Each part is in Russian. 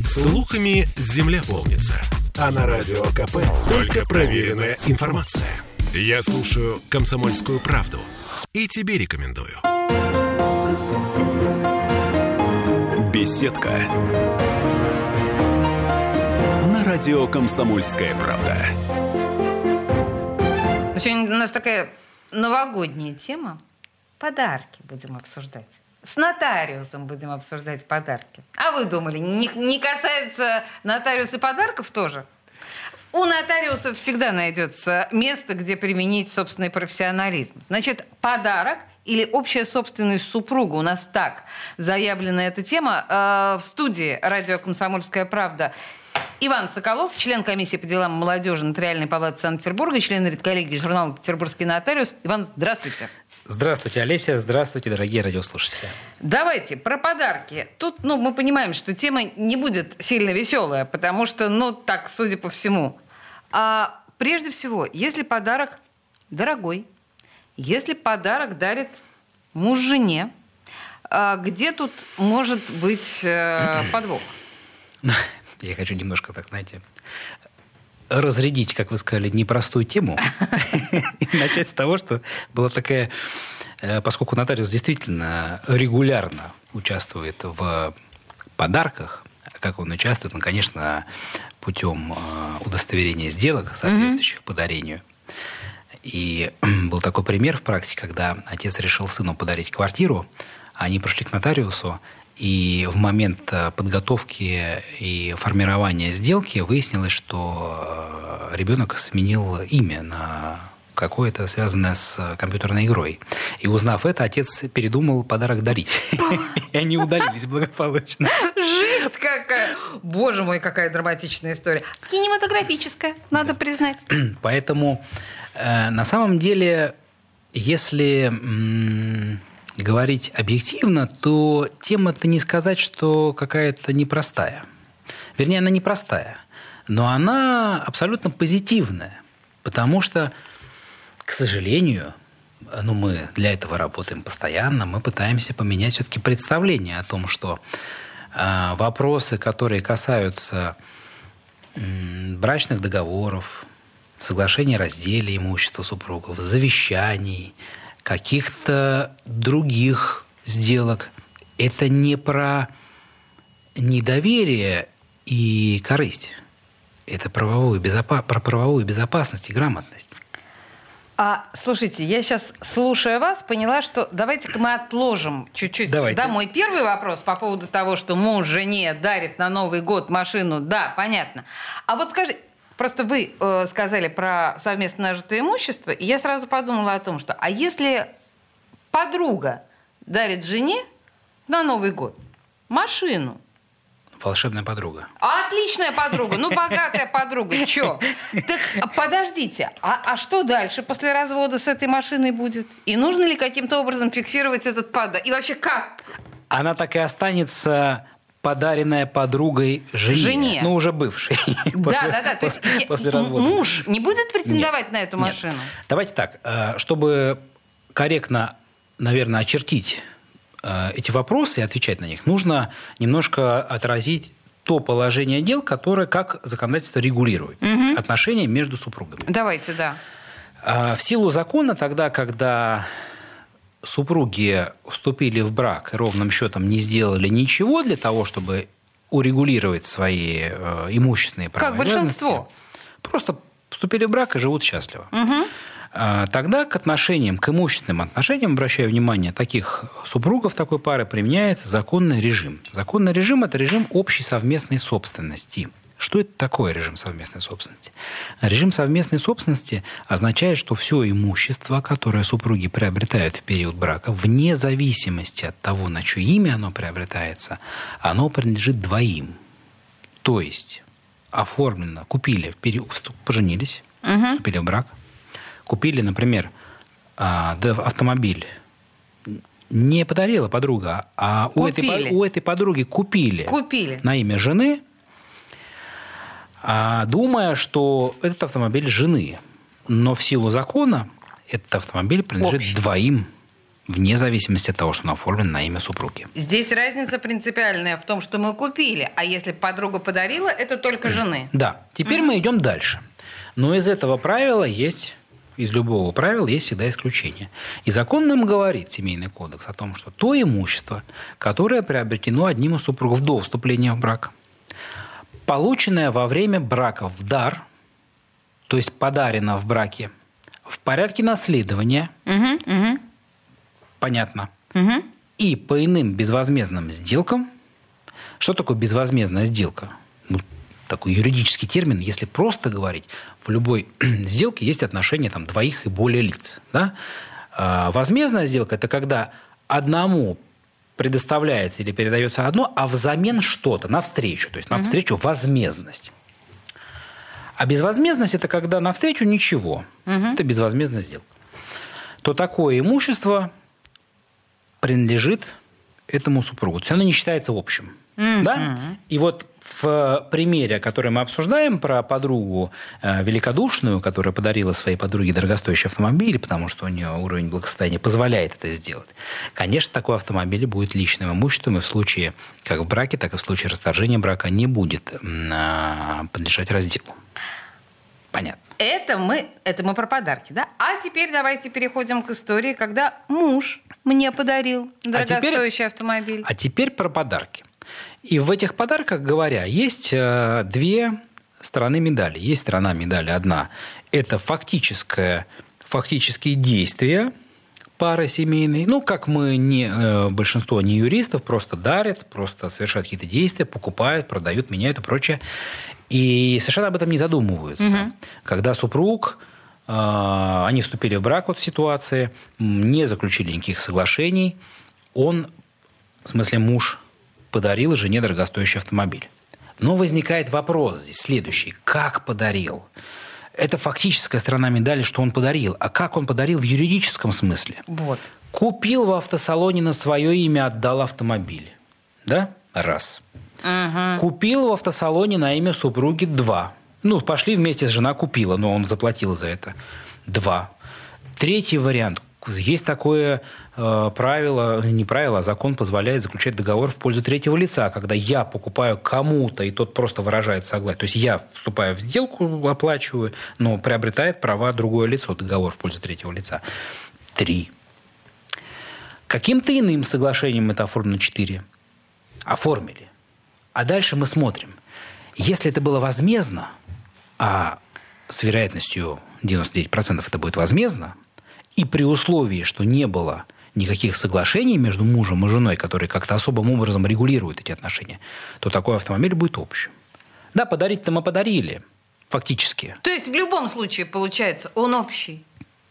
Слухами земля полнится. А на Радио КП только проверенная информация. Я слушаю «Комсомольскую правду» и тебе рекомендую. Беседка. На радио «Комсомольская правда». Сегодня у нас такая новогодняя тема. Подарки будем обсуждать. С нотариусом будем обсуждать подарки. А вы думали, не касается нотариуса подарков тоже? У нотариусов всегда найдется место, где применить собственный профессионализм. Значит, подарок или общая собственность супруга. У нас так заявлена эта тема. В студии радио «Комсомольская правда» Иван Соколов, член комиссии по делам молодежи Нотариальной палаты Санкт-Петербурга, член редколлегии журнала «Петербургский нотариус». Иван, здравствуйте. Здравствуйте, Олеся. Здравствуйте, дорогие радиослушатели. Давайте про подарки. Тут, мы понимаем, что тема не будет сильно веселая, потому что, так, судя по всему. А прежде всего, если подарок дорогой, если подарок дарит муж жене, где тут может быть подвох? Я хочу немножко, разрядить, как вы сказали, непростую тему и начать с того, что была такая... Поскольку нотариус действительно регулярно участвует в подарках, как он участвует, конечно, путем удостоверения сделок, соответствующих подарению. И был такой пример в практике, когда отец решил сыну подарить квартиру, они пришли к нотариусу, и в момент подготовки и формирования сделки выяснилось, что ребенок сменил имя на какое-то связанное с компьютерной игрой. И узнав это, отец передумал подарок дарить. И они удалились благополучно. Жесть какая! Боже мой, какая драматичная история. Кинематографическая, надо признать. Поэтому на самом деле, если говорить объективно, то тема-то не сказать, что какая-то непростая. Вернее, она непростая, но она абсолютно позитивная, потому что, к сожалению, мы для этого работаем постоянно, мы пытаемся поменять все-таки представление о том, что вопросы, которые касаются брачных договоров, соглашения о разделе имущества супругов, завещаний, каких-то других сделок. Это не про недоверие и корысть. Это про правовую безопасность и грамотность. Слушайте, я сейчас, слушая вас, поняла, что давайте-ка мы отложим чуть-чуть. Давайте. Да, мой первый вопрос по поводу того, что муж жене дарит на Новый год машину. Да, понятно. А вот скажи... Просто вы сказали про совместно нажитое имущество, и я сразу подумала о том, что а если подруга дарит жене на Новый год машину? Волшебная подруга. Отличная подруга, богатая подруга, чё? Так подождите, а что дальше после развода с этой машиной будет? И нужно ли каким-то образом фиксировать этот подарок? И вообще как? Она так и останется... подаренная подругой жене. Уже бывшей. Да. То есть после развода. Муж не будет претендовать на эту машину? Давайте так. Чтобы корректно, наверное, очертить эти вопросы и отвечать на них, нужно немножко отразить то положение дел, которое как законодательство регулирует отношения между супругами. Давайте, да. В силу закона тогда, когда... супруги вступили в брак и ровным счетом не сделали ничего для того, чтобы урегулировать свои имущественные права. Как большинство. Просто вступили в брак и живут счастливо. Тогда к имущественным отношениям, обращаю внимание, таких супругов, такой пары, применяется законный режим. Законный режим – это режим общей совместной собственности. Что это такое режим совместной собственности? Режим совместной собственности означает, что все имущество, которое супруги приобретают в период брака, вне зависимости от того, на чье имя оно приобретается, оно принадлежит двоим. То есть оформлено, поженились, вступили в брак, купили, например, автомобиль. Не подарила подруга, а у этой подруги купили на имя жены, думая, что этот автомобиль жены. Но в силу закона этот автомобиль принадлежит двоим вне зависимости от того, что он оформлен на имя супруги. Здесь разница принципиальная в том, что мы купили, а если подруга подарила, это только жены. Да. Теперь мы идем дальше. Но из этого правила есть... Из любого правила есть всегда исключение. И закон нам говорит, Семейный кодекс, о том, что то имущество, которое приобретено одним из супругов до вступления в брак, полученное во время брака в дар, то есть подарено в браке, в порядке наследования, понятно, и по иным безвозмездным сделкам. Что такое безвозмездная сделка? Такой юридический термин, если просто говорить, в любой сделке есть отношения там, двоих и более лиц. Да? Возмездная сделка – это когда одному предоставляется или передается одно, а взамен что-то, навстречу. То есть навстречу возмездность. А безвозмездность – это когда навстречу ничего. Это безвозмездная сделка. То такое имущество принадлежит этому супругу. То есть оно не считается общим. Да? И вот в примере, который мы обсуждаем, про подругу великодушную, которая подарила своей подруге дорогостоящий автомобиль, потому что у нее уровень благосостояния позволяет это сделать, конечно, такой автомобиль будет личным имуществом, и в случае как в браке, так и в случае расторжения брака не будет подлежать разделу. Понятно. Это мы про подарки, да? А теперь давайте переходим к истории, когда муж мне подарил дорогостоящий автомобиль. А теперь про подарки. И в этих подарках, говоря, есть две стороны медали. Есть сторона медали одна. Это фактические действия пары семейной. Ну, как мы, большинство не юристов, просто дарят, просто совершают какие-то действия, покупают, продают, меняют и прочее. И совершенно об этом не задумываются. Когда супруг, они вступили в брак вот в ситуации, не заключили никаких соглашений, он, в смысле муж, подарил жене дорогостоящий автомобиль. Но возникает вопрос здесь следующий. Как подарил? Это фактическая сторона медали, что он подарил. А как он подарил в юридическом смысле? Вот. Купил в автосалоне на свое имя, отдал автомобиль. Да? Раз. Купил в автосалоне на имя супруги. Два. Ну, пошли вместе с женой, купила, но он заплатил за это. Два. Третий вариант. Есть такое правило, не правило, а закон позволяет заключать договор в пользу третьего лица, когда я покупаю кому-то, и тот просто выражает согласие. То есть я вступаю в сделку, оплачиваю, но приобретает права другое лицо, договор в пользу третьего лица. 3. Каким-то иным соглашением это оформлено 4. Оформили. А дальше мы смотрим. Если это было возмездно, а с вероятностью 99% это будет возмездно, и при условии, что не было никаких соглашений между мужем и женой, которые как-то особым образом регулируют эти отношения, то такой автомобиль будет общим. Да, подарить-то мы подарили, фактически. То есть в любом случае, получается, он общий?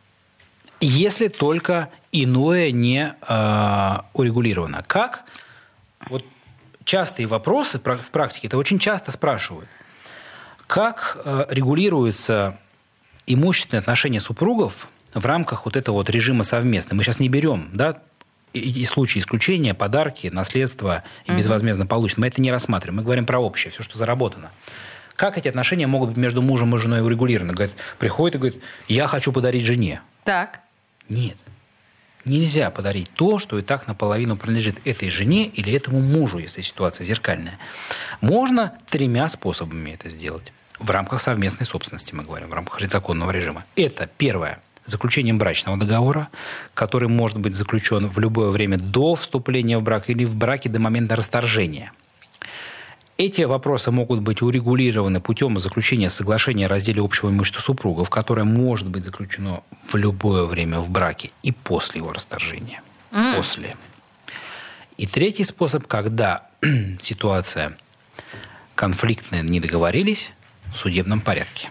Если только иное не урегулировано. Как? Вот частые вопросы в практике, это очень часто спрашивают. Как регулируются имущественные отношения супругов в рамках вот этого вот режима совместно? Мы сейчас не берем, да, и случаи исключения, подарки, наследство и безвозмездно получено. Мы это не рассматриваем. Мы говорим про общее, все, что заработано. Как эти отношения могут быть между мужем и женой урегулированы? Говорит, приходит и говорит, я хочу подарить жене. Так. Нет. Нельзя подарить то, что и так наполовину принадлежит этой жене или этому мужу, если ситуация зеркальная. Можно 3 способами это сделать. В рамках совместной собственности, мы говорим, в рамках законного режима. Это первое. Заключением брачного договора, который может быть заключен в любое время до вступления в брак или в браке до момента расторжения. Эти вопросы могут быть урегулированы путем заключения соглашения о разделе общего имущества супругов, которое может быть заключено в любое время в браке и после его расторжения. После. И третий способ, когда ситуация конфликтная, не договорились, в судебном порядке.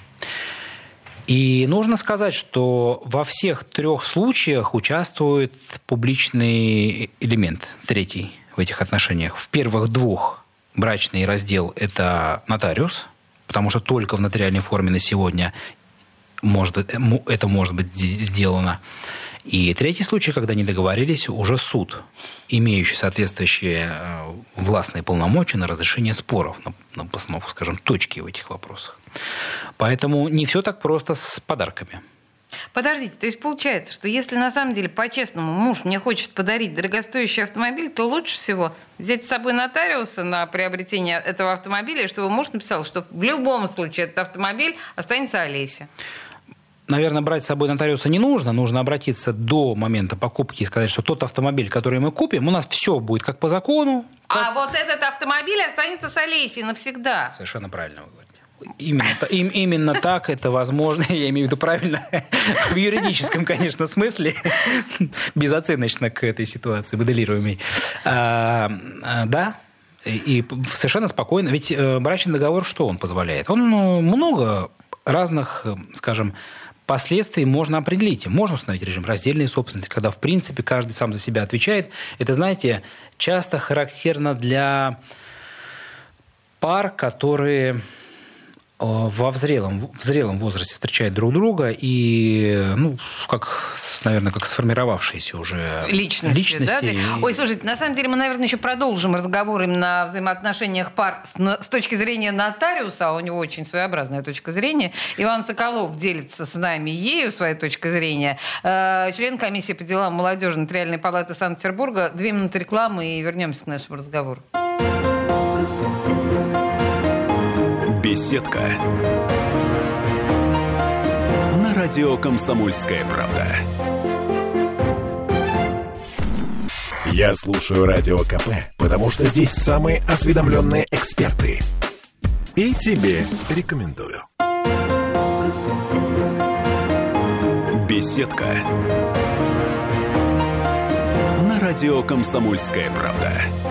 И нужно сказать, что во всех 3 случаях участвует публичный элемент, третий в этих отношениях. В первых 2 брачный раздел – это нотариус, потому что только в нотариальной форме на сегодня это может быть сделано. И третий случай, когда не договорились, уже суд, имеющий соответствующие властные полномочия на разрешение споров, на постановку, скажем, точки в этих вопросах. Поэтому не все так просто с подарками. Подождите, то есть получается, что если на самом деле по-честному муж мне хочет подарить дорогостоящий автомобиль, то лучше всего взять с собой нотариуса на приобретение этого автомобиля, чтобы муж написал, что в любом случае этот автомобиль останется Олесе. Наверное, брать с собой нотариуса не нужно. Нужно обратиться до момента покупки и сказать, что тот автомобиль, который мы купим, у нас все будет как по закону. А вот этот автомобиль останется с Олесей навсегда. Совершенно правильно вы говорите. Именно так это возможно. Я имею в виду правильно в юридическом, конечно, смысле. Безоценочно к этой ситуации, моделируемой. Да. И совершенно спокойно. Ведь брачный договор что он позволяет? Он много разных, скажем, последствий можно определить. Можно установить режим раздельной собственности, когда, в принципе, каждый сам за себя отвечает. Это, знаете, часто характерно для пар, которые в зрелом возрасте встречают друг друга и, наверное, как сформировавшиеся уже личности. Да? Ой, слушайте, на самом деле мы, наверное, еще продолжим разговор именно о взаимоотношениях пар с точки зрения нотариуса, а у него очень своеобразная точка зрения. Иван Соколов делится с нами ею своей точкой зрения. Член комиссии по делам молодежи Нотариальной палаты Санкт-Петербурга. 2 минуты рекламы и вернемся к нашему разговору. Беседка. На радио «Комсомольская правда». Я слушаю Радио КП, потому что здесь самые осведомленные эксперты. И тебе рекомендую. Беседка. На радио «Комсомольская правда».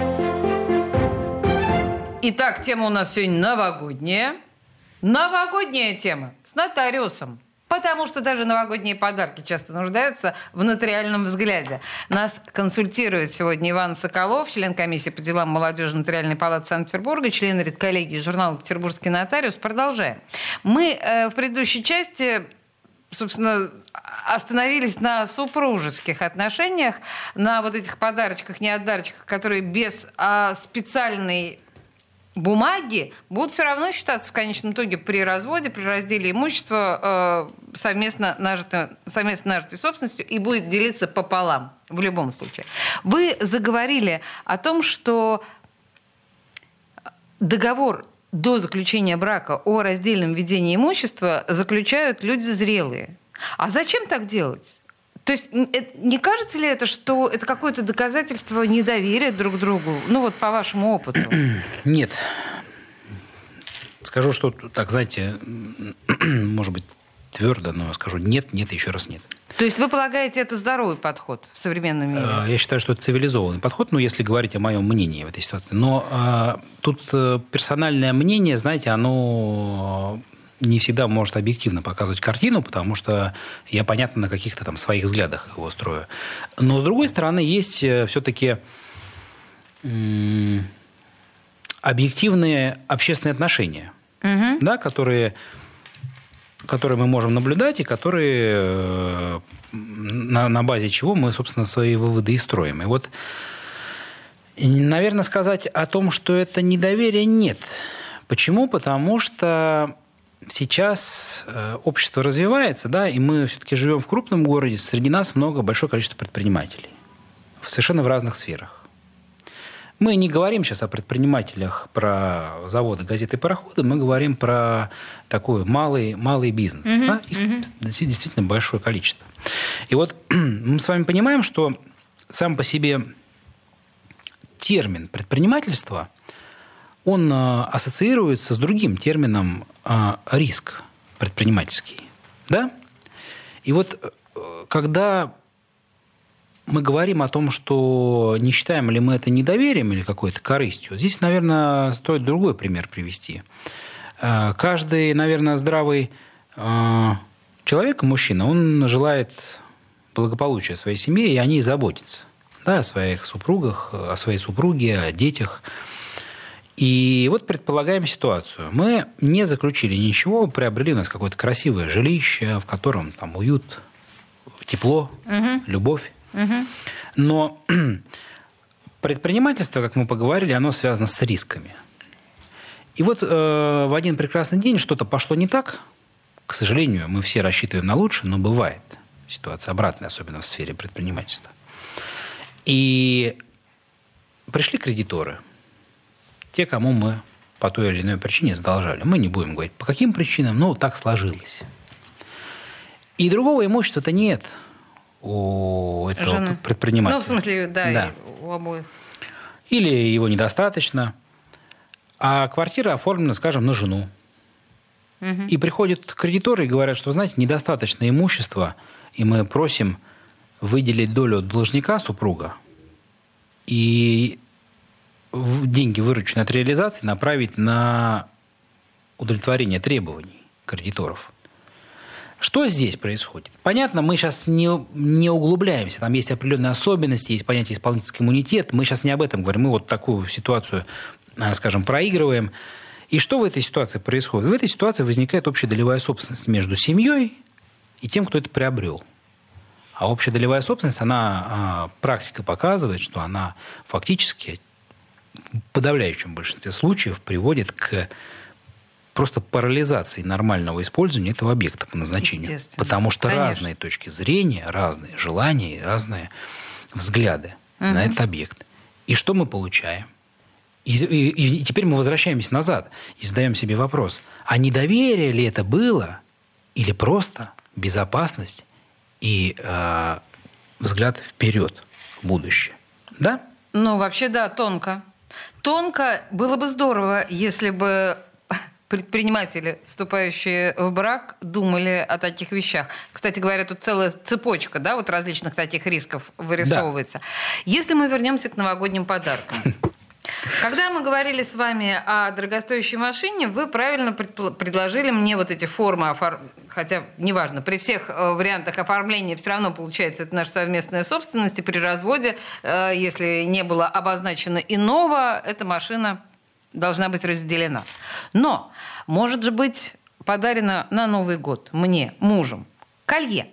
Итак, тема у нас сегодня новогодняя. Новогодняя тема с нотариусом. Потому что даже новогодние подарки часто нуждаются в нотариальном взгляде. Нас консультирует сегодня Иван Соколов, член комиссии по делам молодежи Нотариальной палаты Санкт-Петербурга, член редколлегии журнала «Петербургский нотариус». Продолжаем. Мы в предыдущей части, собственно, остановились на супружеских отношениях, на вот этих подарочках, неотдарочках, которые без специальной бумаги будут все равно считаться в конечном итоге при разводе, при разделе имущества совместно нажитой собственностью и будет делиться пополам в любом случае. Вы заговорили о том, что договор до заключения брака о раздельном ведении имущества заключают люди зрелые. А зачем так делать? То есть не кажется ли это, что это какое-то доказательство недоверия друг к другу? По вашему опыту. Нет. Скажу, что так, знаете, может быть, твердо, но скажу нет, еще раз нет. То есть вы полагаете, это здоровый подход в современном мире? Я считаю, что это цивилизованный подход, если говорить о моем мнении в этой ситуации. Но тут персональное мнение, знаете, оно не всегда может объективно показывать картину, потому что я, понятно, на каких-то там своих взглядах его строю. Но, с другой стороны, есть все-таки объективные общественные отношения, да, которые мы можем наблюдать и которые, на базе чего мы, собственно, свои выводы и строим. И вот, наверное, сказать о том, что это недоверие, нет. Почему? Потому что сейчас общество развивается, да, и мы все-таки живем в крупном городе, среди нас большое количество предпринимателей, совершенно в разных сферах. Мы не говорим сейчас о предпринимателях, про заводы, газеты, пароходы, мы говорим про такой малый бизнес. Да? Их действительно большое количество. И вот мы с вами понимаем, что сам по себе термин предпринимательства, он ассоциируется с другим термином риск предпринимательский. Да? И вот когда мы говорим о том, что не считаем ли мы это недоверием или какой-то корыстью, здесь, наверное, стоит другой пример привести. Каждый, наверное, здравый человек, мужчина, он желает благополучия своей семье, и о ней заботится. Да, о своих супругах, о своей супруге, о детях. И вот предполагаем ситуацию. Мы не заключили ничего, приобрели у нас какое-то красивое жилище, в котором там уют, тепло, любовь. Но предпринимательство, как мы поговорили, оно связано с рисками. И вот в один прекрасный день что-то пошло не так, к к сожалению, мы все рассчитываем на лучшее, но бывает ситуация обратная, особенно в сфере предпринимательства. И пришли кредиторы, те, кому мы по той или иной причине задолжали. Мы не будем говорить, по каким причинам, но так сложилось. И другого имущества-то нет у этого жены. предпринимателя. Ну, в смысле, да. У обоих. Или его недостаточно. А квартира оформлена, скажем, на жену. Угу. И приходят кредиторы и говорят, что, знаете, недостаточно имущества, и мы просим выделить долю должника супруга и деньги, вырученные от реализации, направить на удовлетворение требований кредиторов. Что здесь происходит? Понятно, мы сейчас не углубляемся. Там есть определенные особенности, есть понятие исполнительский иммунитет. Мы сейчас не об этом говорим. Мы вот такую ситуацию, скажем, проигрываем. И что в этой ситуации происходит? В этой ситуации возникает общедолевая собственность между семьей и тем, кто это приобрел. А общедолевая собственность, практика показывает, что она фактически в подавляющем большинстве случаев приводит к просто парализации нормального использования этого объекта по назначению. Потому что разные точки зрения, разные желания и разные взгляды на этот объект. И что мы получаем? И теперь мы возвращаемся назад и задаем себе вопрос, а недоверие ли это было или просто безопасность и взгляд вперед, в будущее? Да? Ну, вообще, да, тонко. Тонко. Было бы здорово, если бы предприниматели, вступающие в брак, думали о таких вещах. Кстати говоря, тут целая цепочка, да, вот различных таких рисков вырисовывается. Да. Если мы вернемся к новогодним подаркам. Когда мы говорили с вами о дорогостоящей машине, вы правильно предложили мне вот эти формы, хотя, неважно, при всех вариантах оформления все равно получается, это наша совместная собственность, и при разводе, если не было обозначено иного, эта машина должна быть разделена. Но может же быть подарено на Новый год мне, мужем, колье.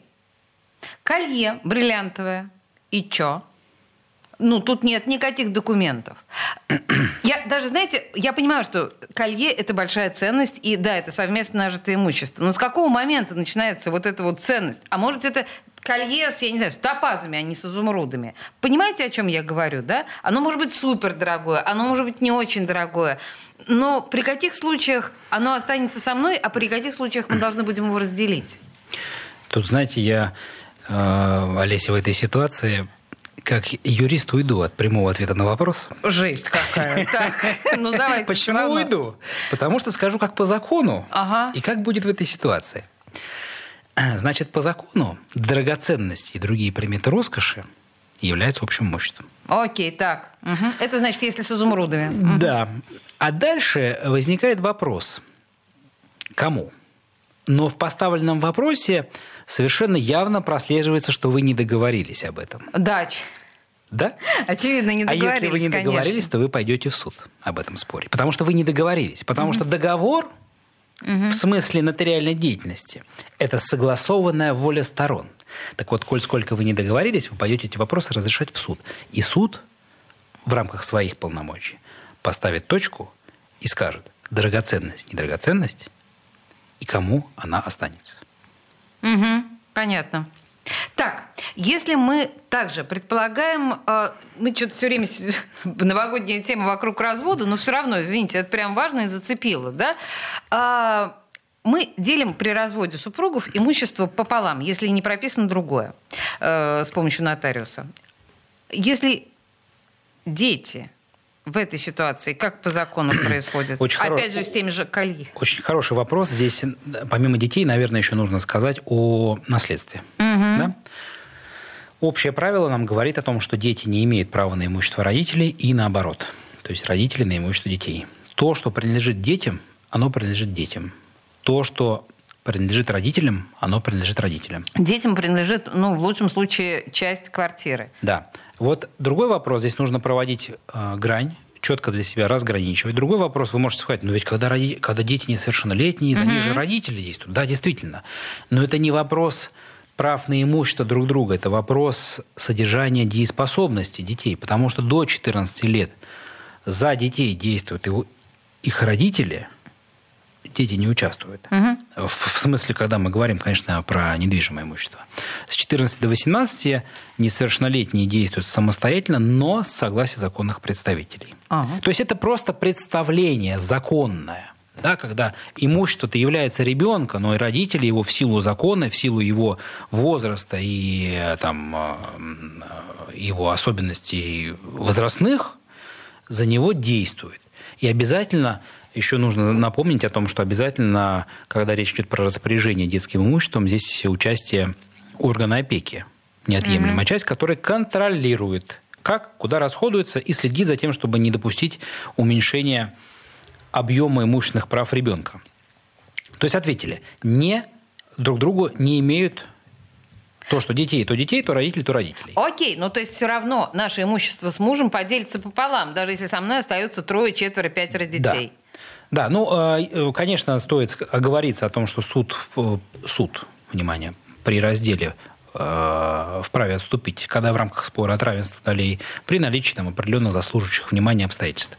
Колье бриллиантовое. И чё? Ну, тут нет никаких документов. Я даже, знаете, я понимаю, что колье – это большая ценность, и да, это совместно нажитое имущество. Но с какого момента начинается вот эта вот ценность? А может, это колье с, я не знаю, с топазами, а не с изумрудами. Понимаете, о чем я говорю, да? Оно может быть супердорогое, оно может быть не очень дорогое. Но при каких случаях оно останется со мной, а при каких случаях мы должны будем его разделить? Тут, знаете, я, Олеся, в этой ситуации, как юрист, уйду от прямого ответа на вопрос. Жесть какая. Так, ну давайте. Почему уйду? Потому что скажу, как по закону, и как будет в этой ситуации. Значит, по закону драгоценности и другие предметы роскоши являются общим имуществом. Окей, так. Угу. Это значит, если с изумрудами. Да. А дальше возникает вопрос. Кому? Но в поставленном вопросе совершенно явно прослеживается, что вы не договорились об этом. Да? Очевидно, не договорились, конечно. А если вы не договорились, то вы пойдете в суд об этом споре. Потому что вы не договорились. Потому что договор в смысле нотариальной деятельности – это согласованная воля сторон. Так вот, коль сколько вы не договорились, вы пойдете эти вопросы разрешать в суд. И суд в рамках своих полномочий поставит точку и скажет, драгоценность, не драгоценность, и кому она останется. Понятно. Так, если мы также предполагаем, мы что-то все время новогодняя тема вокруг развода, но все равно, извините, это прям важно и зацепило, да? Мы делим при разводе супругов имущество пополам, если не прописано другое, с помощью нотариуса. Если дети в этой ситуации, как по закону происходит? Опять же, с теми же колье. Очень хороший вопрос. Здесь, помимо детей, наверное, еще нужно сказать о наследстве. Да? Общее правило нам говорит о том, что дети не имеют права на имущество родителей и наоборот. То есть родители на имущество детей. То, что принадлежит детям, оно принадлежит детям. То, что принадлежит родителям, оно принадлежит родителям. Детям принадлежит, в лучшем случае, часть квартиры. Да. Вот другой вопрос. Здесь нужно проводить грань, четко для себя разграничивать. Другой вопрос. Вы можете сказать, ведь когда дети несовершеннолетние, за них же родители действуют. Да, действительно. Но это не вопрос прав на имущество друг друга. Это вопрос содержания дееспособности детей. Потому что до 14 лет за детей действуют их родители, дети не участвуют. в смысле, когда мы говорим, конечно, про недвижимое имущество. С 14 до 18 несовершеннолетние действуют самостоятельно, но с согласия законных представителей. То есть это просто представление законное. Да, когда имущество-то является ребенка, но и родители его в силу закона, в силу его возраста и там, его особенностей возрастных, за него действуют. И обязательно, еще нужно напомнить о том, что обязательно, когда речь идет про распоряжение детским имуществом, здесь участие органа опеки, неотъемлемая часть, которая контролирует, как, куда расходуется, и следит за тем, чтобы не допустить уменьшения объема имущественных прав ребенка. То есть ответили, друг другу не имеют то, что детей, то родителей, то родителей. Окей, но то есть все равно наше имущество с мужем поделится пополам, даже если со мной остается 3, 4, 5 детей. Да, конечно, стоит оговориться о том, что суд, внимание, при разделе вправе отступить, когда в рамках спора от равенства долей, при наличии там определенных заслуживающих внимания обстоятельств.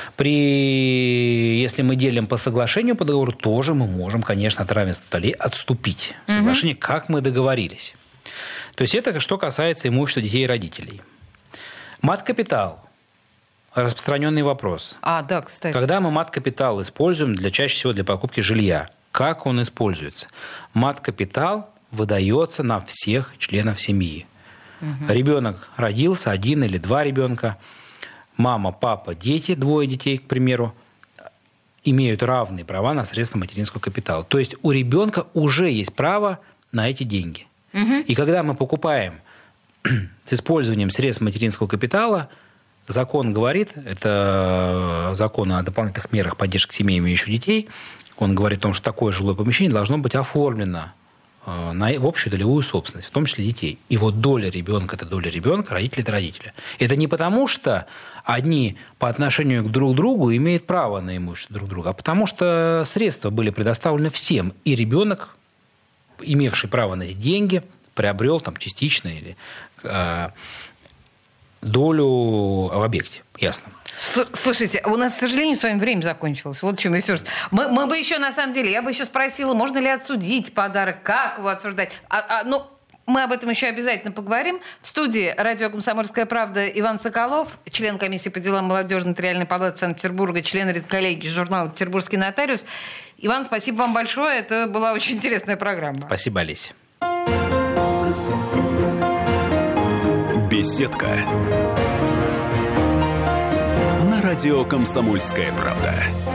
Если мы делим по соглашению, по договору, тоже мы можем, конечно, от равенства долей отступить в соглашение, как мы договорились. То есть это что касается имущества детей и родителей. Мат-капитал. Распространенный вопрос. Да, кстати. Когда мы мат-капитал используем чаще всего для покупки жилья, как он используется? Мат-капитал выдается на всех членов семьи. Ребенок родился, 1 или 2 ребенка. Мама, папа, дети, 2 детей, к примеру, имеют равные права на средства материнского капитала. То есть у ребенка уже есть право на эти деньги. И когда мы покупаем с использованием средств материнского капитала, закон говорит, это закон о дополнительных мерах поддержки семей, имеющих детей, он говорит о том, что такое жилое помещение должно быть оформлено в общую долевую собственность, в том числе детей. И вот доля ребенка – это доля ребенка, родители – это родители. Это не потому, что одни по отношению к друг другу имеют право на имущество друг друга, а потому что средства были предоставлены всем. И ребенок, имевший право на эти деньги, приобрел там частично или долю в объекте. Ясно. Слушайте, у нас, к сожалению, с вами время закончилось. Вот в чем ресурс. Мы бы еще, на самом деле, я бы еще спросила, можно ли отсудить подарок, как его отсуждать. Мы об этом еще обязательно поговорим. В студии радио «Комсомольская правда» Иван Соколов, член комиссии по делам молодежи Нотариальной палаты Санкт-Петербурга, член редколлегии журнала «Петербургский нотариус». Иван, спасибо вам большое. Это была очень интересная программа. Спасибо, Олеся. Беседка. На радио «Комсомольская правда».